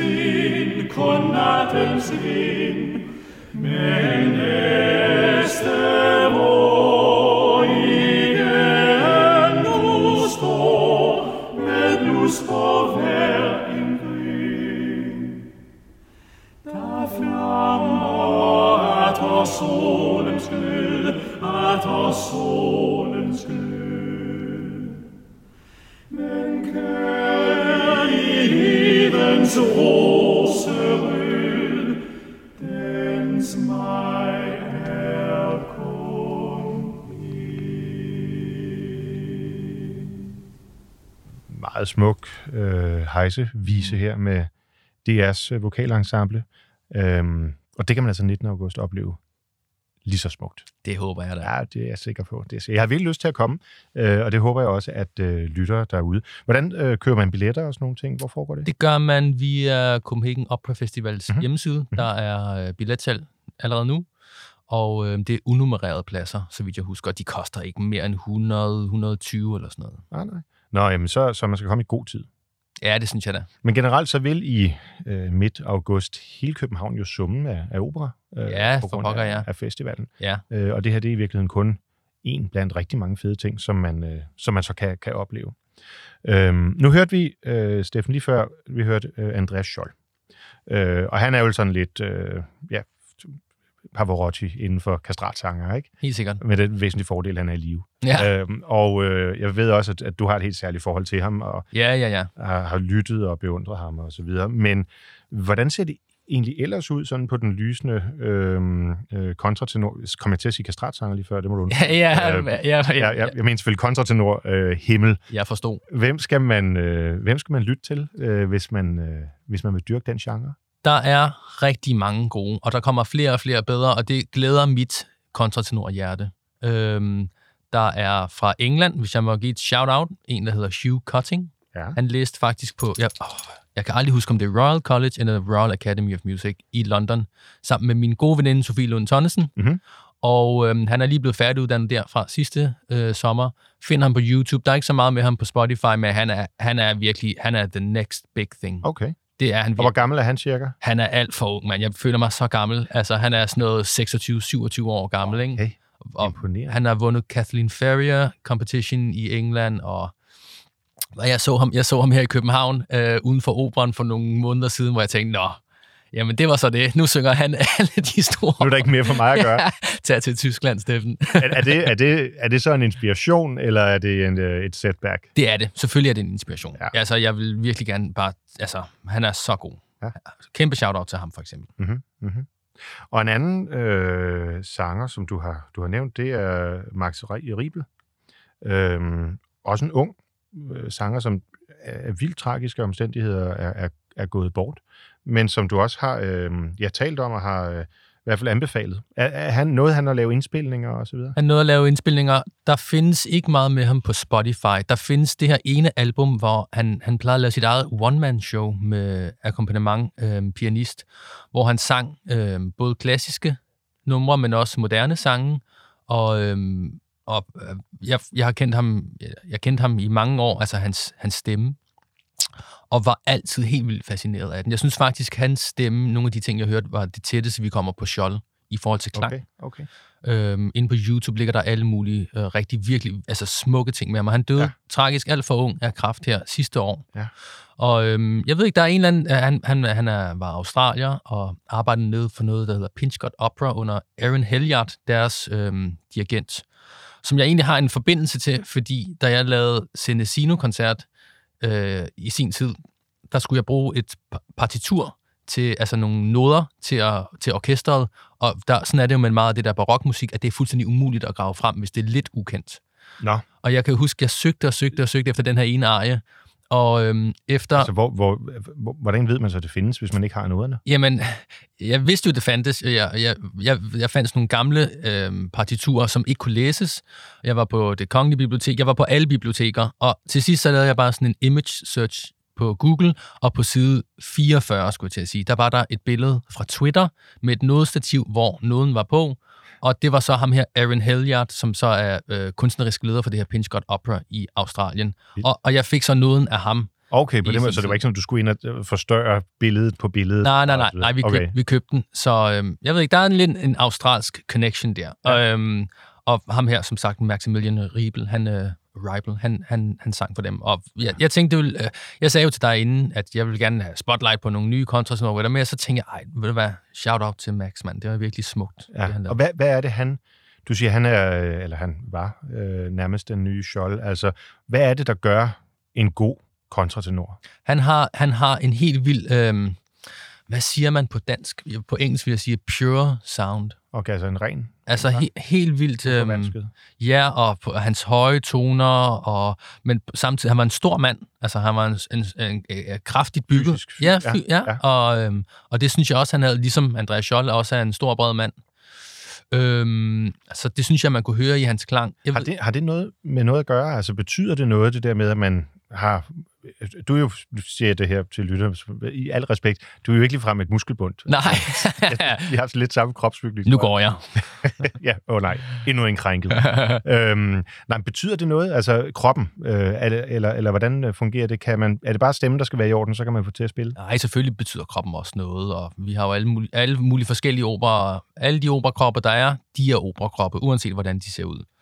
vind, men næste hvor igen du står, med blus på hver en gren, der flammer at solens glød, at solens glød. Men kærlighedens roserød, dens mig er kun en. Meget smuk hejsevise her med DR's vokalensemble. Og det kan man altså 19. august opleve lige så smukt. Det håber jeg da. Ja, det er jeg sikker på. Jeg har virkelig lyst til at komme, og det håber jeg også, at lytter derude. Hvordan køber man billetter og sådan nogle ting? Hvor foregår det? Det gør man via Copenhagen Opera Festivals hjemmeside. Der er billetsalg allerede nu, og det er unummererede pladser, så vidt jeg husker. De koster ikke mere end 100-120 eller sådan noget. Nej. Nå, jamen så man skal komme i god tid. Ja, det synes jeg da. Men generelt så vil i midt august hele København jo summe af opera på grund af festivalen. Ja. Og det her, det er i virkeligheden kun en blandt rigtig mange fede ting, som man så kan opleve. Nu hørte vi, Steffen, lige før, vi hørte Andreas Scholl. Og han er jo sådan lidt, Pavarotti inden for kastratsanger, ikke? Helt sikkert. Med den væsentlige fordel, han er i live. Ja. Jeg ved også, at du har et helt særligt forhold til ham, og har lyttet og beundret ham og så videre. Men hvordan ser det egentlig ellers ud, sådan på den lysende kontratenor? Kommer jeg til at sige kastratsanger lige før? Det må du jeg mener selvfølgelig kontratenor himmel. Jeg forstod. Hvem skal man lytte til, hvis man vil dyrke den genre? Der er rigtig mange gode, og der kommer flere og flere bedre, og det glæder mit kontratenorhjerte. Der er fra England, hvis jeg må give et shout-out, en, der hedder Hugh Cutting. Ja. Han læste faktisk på, jeg kan aldrig huske, om det er Royal College eller Royal Academy of Music i London, sammen med min gode veninde Sofie Lund Tonnesen. Mm-hmm. Og han er lige blevet færdiguddannet derfra sidste sommer. Find ham på YouTube. Der er ikke så meget med ham på Spotify, men han er the next big thing. Okay. Det er han. Og hvor gammel er han cirka? Han er alt for ung, mand. Jeg føler mig så gammel. Altså, han er sådan noget 26-27 år gammel, ikke? Okay. Og han har vundet Kathleen Ferrier Competition i England, og jeg så ham her i København uden for operan for nogle måneder siden, hvor jeg tænkte, jamen det var så det. Nu synger han alle de store. Nu er der ikke mere for mig at gøre. Tag til Tyskland, Steffen. er det så en inspiration, eller er det et setback? Det er det. Selvfølgelig er det en inspiration. Ja. Altså, jeg vil virkelig gerne bare... Altså, han er så god. Ja. Kæmpe shout-out til ham, for eksempel. Mm-hmm. Mm-hmm. Og en anden sanger, som du har nævnt, det er Max Riebel. Også en ung sanger, som af vildt tragiske omstændigheder er gået bort, men som du også har talt om og har i hvert fald anbefalet. Er han noget, han har lavet indspilninger og så videre? Han nåede at lave indspilninger. Der findes ikke meget med ham på Spotify. Der findes det her ene album, hvor han plejede at lave sit eget one-man-show med akkompagnement, pianist, hvor han sang både klassiske numre, men også moderne sange. Og jeg har kendt ham i mange år, altså hans stemme, og var altid helt vildt fascineret af den. Jeg synes faktisk, hans stemme, nogle af de ting, jeg hørte, var det tætteste, vi kommer på Scholl i forhold til klang. Okay. Inde på YouTube ligger der alle mulige rigtig virkelig smukke ting med ham. Han døde tragisk alt for ung af kræft her sidste år. Ja. Og jeg ved ikke, der er en eller anden... Han var australier og arbejdede nede for noget, der hedder Pinchgut Opera under Aaron Hellyatt, deres dirigent, som jeg egentlig har en forbindelse til, fordi da jeg lavede Senesino-koncert i sin tid, der skulle jeg bruge et partitur til, altså nogle noder til orkestret, og sådan er det jo med meget af det der barokmusik, at det er fuldstændig umuligt at grave frem, hvis det er lidt ukendt. Nå. Og jeg kan huske, at jeg søgte efter den her ene arie, og efter... Altså, hvordan ved man så, at det findes, hvis man ikke har noderne? Jamen, jeg vidste jo, det fandtes. Jeg fandt nogle gamle partiturer, som ikke kunne læses. Jeg var på Det Kongelige Bibliotek. Jeg var på alle biblioteker. Og til sidst så lavede jeg bare sådan en image search på Google, og på side 44, skulle jeg til at sige, der var der et billede fra Twitter med et nodestativ, hvor noden var på. Og det var så ham her, Aaron Hellyatt, som så er kunstnerisk leder for det her Pinchgut Opera i Australien. Og jeg fik så noden af ham. Okay, på den måde, så det var ikke sådan, du skulle ind og forstørre billedet på billedet? Nej, vi købte den. Så jeg ved ikke, der er en australsk connection der. Ja. Og ham her, som sagt, Maximilian Riebel, Riebel, han sang for dem. Og jeg tænkte, jeg sagde jo til dig inden, at jeg ville gerne have spotlight på nogle nye kontrasnorer, men så tænkte jeg, ved du hvad, shout out til Max, mand. Det var virkelig smukt. Ja. Det, og hvad er det, du siger, han var nærmest den nye Scholl. Altså, hvad er det, der gør en god kontratenor? Han har en helt vild, hvad siger man på dansk? På engelsk vil jeg sige pure sound. Okay, altså en ren? Altså helt vildt. Ja, og på hans høje toner, men samtidig han var en stor mand. Altså han var en kraftigt bygget. Ja. Og det synes jeg også, han havde, ligesom Andreas Scholl også er en stor bred mand. Så det synes jeg, man kunne høre i hans klang. Har det noget med noget at gøre? Altså betyder det noget, det der med, at man har... Du siger det her til lytter, i al respekt, du er jo ikke ligefrem et muskelbund. Nej. Vi har lidt samme kropsbygning. Nu går jeg. Ja, nej, endnu en krænket. Nej, betyder det noget? Altså kroppen, eller hvordan fungerer det? Er det bare stemmen, der skal være i orden, så kan man få til at spille? Nej, selvfølgelig betyder kroppen også noget, og vi har jo alle mulige forskellige operer. Alle de operakroppe, der er, de er operakroppe, uanset hvordan de ser ud.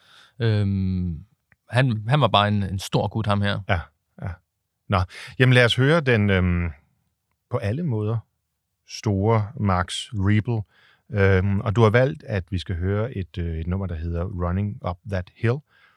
Han var bare en stor gut, ham her. Ja. Nå, jamen lad os høre den på alle måder store Max Riebel. Og du har valgt, at vi skal høre et nummer, der hedder Running Up That Hill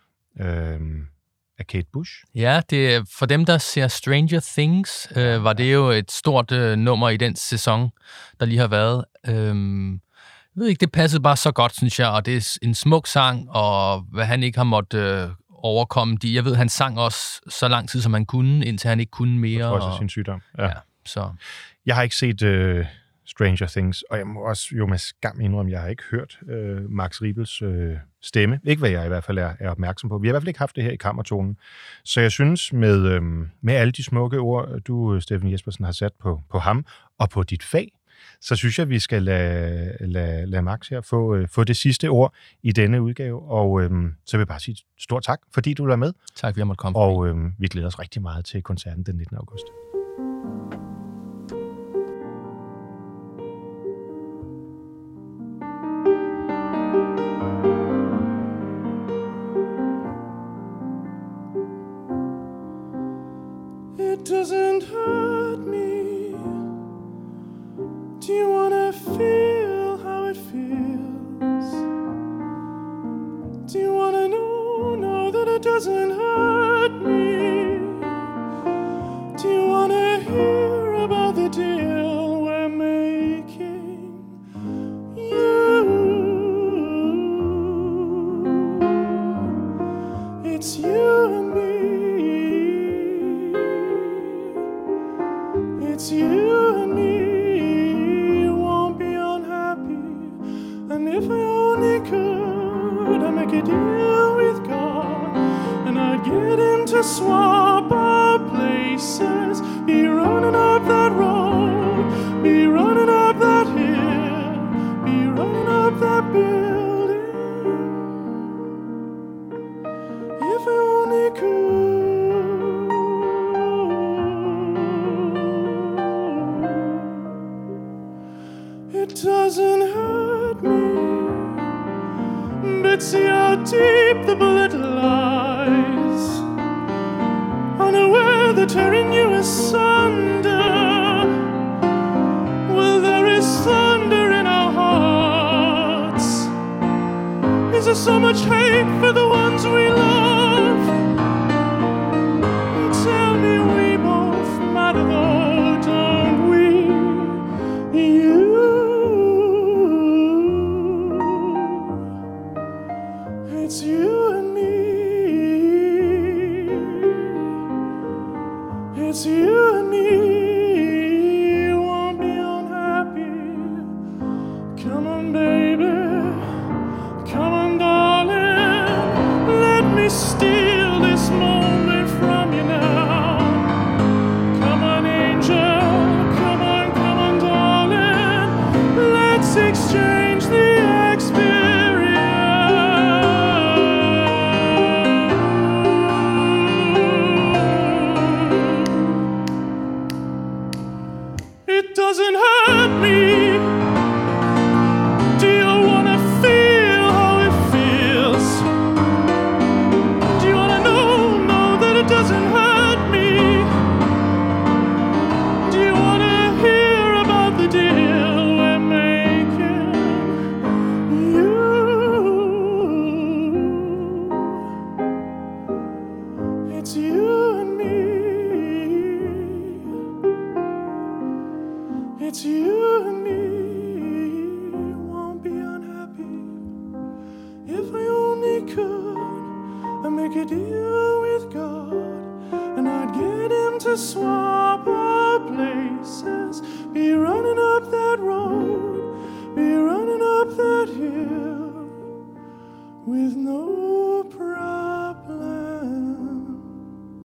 af Kate Bush. Ja, det er, for dem, der ser Stranger Things, var det jo et stort nummer i den sæson, der lige har været. Jeg ved ikke, det passede bare så godt, synes jeg, og det er en smuk sang, og hvad han ikke har måttet overkomme de. Jeg ved, han sang også så lang tid, som han kunne, indtil han ikke kunne mere. På trods af sin sygdom. Ja, så. Jeg har ikke set Stranger Things, og jeg må også jo med skam indrømme, jeg har ikke hørt Max Riebels stemme. Ikke hvad jeg i hvert fald er opmærksom på. Vi har i hvert fald ikke haft det her i kammertonen. Så jeg synes, med alle de smukke ord, du, Steffen Jespersen, har sat på ham og på dit fag, så synes jeg, vi skal lade Max her få det sidste ord i denne udgave. Og så vil jeg bare sige stort tak, fordi du er med. Tak, fordi jeg måtte komme. Og vi glæder os rigtig meget til koncerten den 19. august. It doesn't hurt me. Do you want to feel how it feels? Do you want to know that it doesn't hurt me? Do you want to hear about the deal we're making? It's you and me. It's you and me. If I only could, I'd make a deal with God, and I'd get him to swap our places. Be running up that road, be running up that hill, be running up that building. If I only could. It doesn't hurt me, but see how deep the bullet lies. Unaware they're tearing you asunder. Well, there is thunder in our hearts. Is there so much hate for the ones we love? Tell me we both matter though, don't we? It's you and me. It's you and me. You won't be unhappy. Come on, baby. Come on, darling. Let me steal this moment from you now. Come on, angel. Come on, darling. Let's exchange the experience. It doesn't hurt me. Do you want to feel how it feels? Do you It's you and me, won't be unhappy. If I only could, I'd make a deal with God, and I'd get him to swap our places. Be running up that road, be running up that hill, with no